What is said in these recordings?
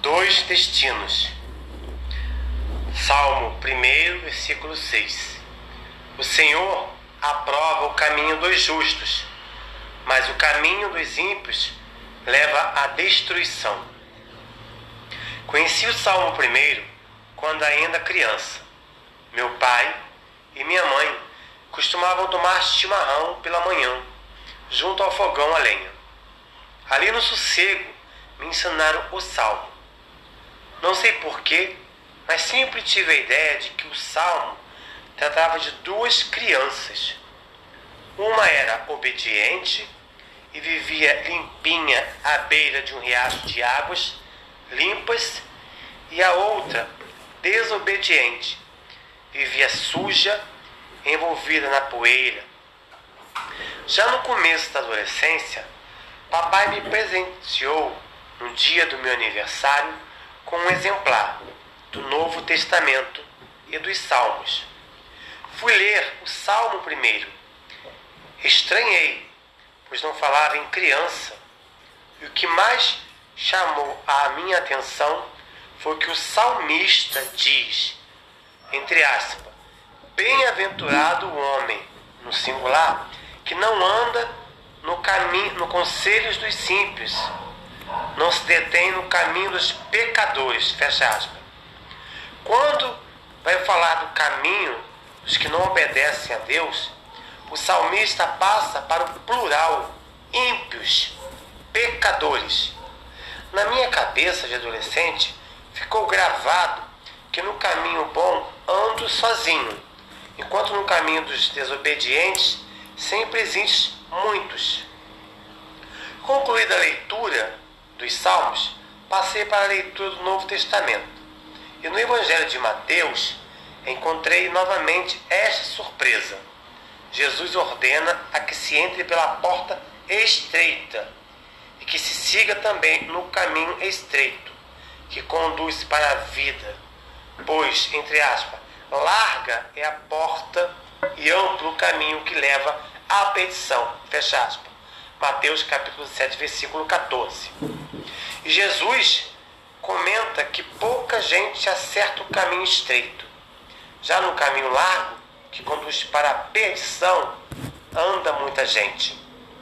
dois destinos. Salmo 1, versículo 6. O Senhor aprova o caminho dos justos, mas o caminho dos ímpios leva à destruição. Conheci o Salmo 1 quando ainda criança. Meu pai e minha mãe costumavam tomar chimarrão pela manhã, junto ao fogão a lenha. Ali no sossego me ensinaram o Salmo. Não sei porquê, mas sempre tive a ideia de que o Salmo tratava de duas crianças. Uma era obediente e vivia limpinha à beira de um riacho de águas limpas, e a outra, desobediente, vivia suja, envolvida na poeira. Já no começo da adolescência, papai me presenteou, no dia do meu aniversário, com um exemplar do Novo Testamento e dos Salmos. Fui ler o Salmo 1. Estranhei, pois não falava em criança, e o que mais chamou a minha atenção foi que o salmista diz, entre aspas, bem-aventurado o homem, no singular, que não anda no conselhos dos símpios, não se detém no caminho dos pecadores, fecha aspas. Quando vai falar do caminho dos que não obedecem a Deus, o salmista passa para o plural, ímpios, pecadores. Na minha cabeça de adolescente, ficou gravado que no caminho bom ando sozinho, enquanto no caminho dos desobedientes sempre existem muitos. Concluída a leitura dos Salmos, passei para a leitura do Novo Testamento. E no Evangelho de Mateus, encontrei novamente esta surpresa. Jesus ordena a que se entre pela porta estreita e que se siga também no caminho estreito, que conduz para a vida, pois, entre aspas, larga é a porta e amplo o caminho que leva à perdição, fecha aspas. Mateus capítulo 7, versículo 14. E Jesus comenta que pouca gente acerta o caminho estreito. Já no caminho largo, que conduz para a perdição, anda muita gente.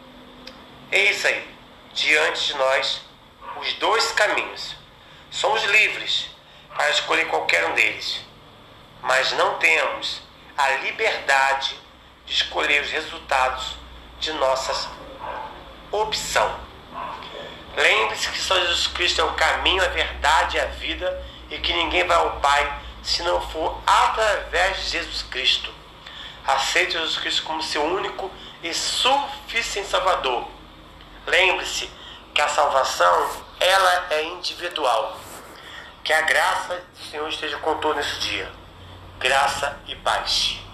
Eis aí, diante de nós, os dois caminhos. Somos livres para escolher qualquer um deles, mas não temos a liberdade de escolher os resultados de nossas opção. Lembre-se que só Jesus Cristo é o caminho, a verdade e a vida, e que ninguém vai ao Pai se não for através de Jesus Cristo. Aceite Jesus Cristo como seu único e suficiente Salvador. Lembre-se que a salvação, ela é individual. Que a graça do Senhor esteja com todos nesse dia. Graça e paz.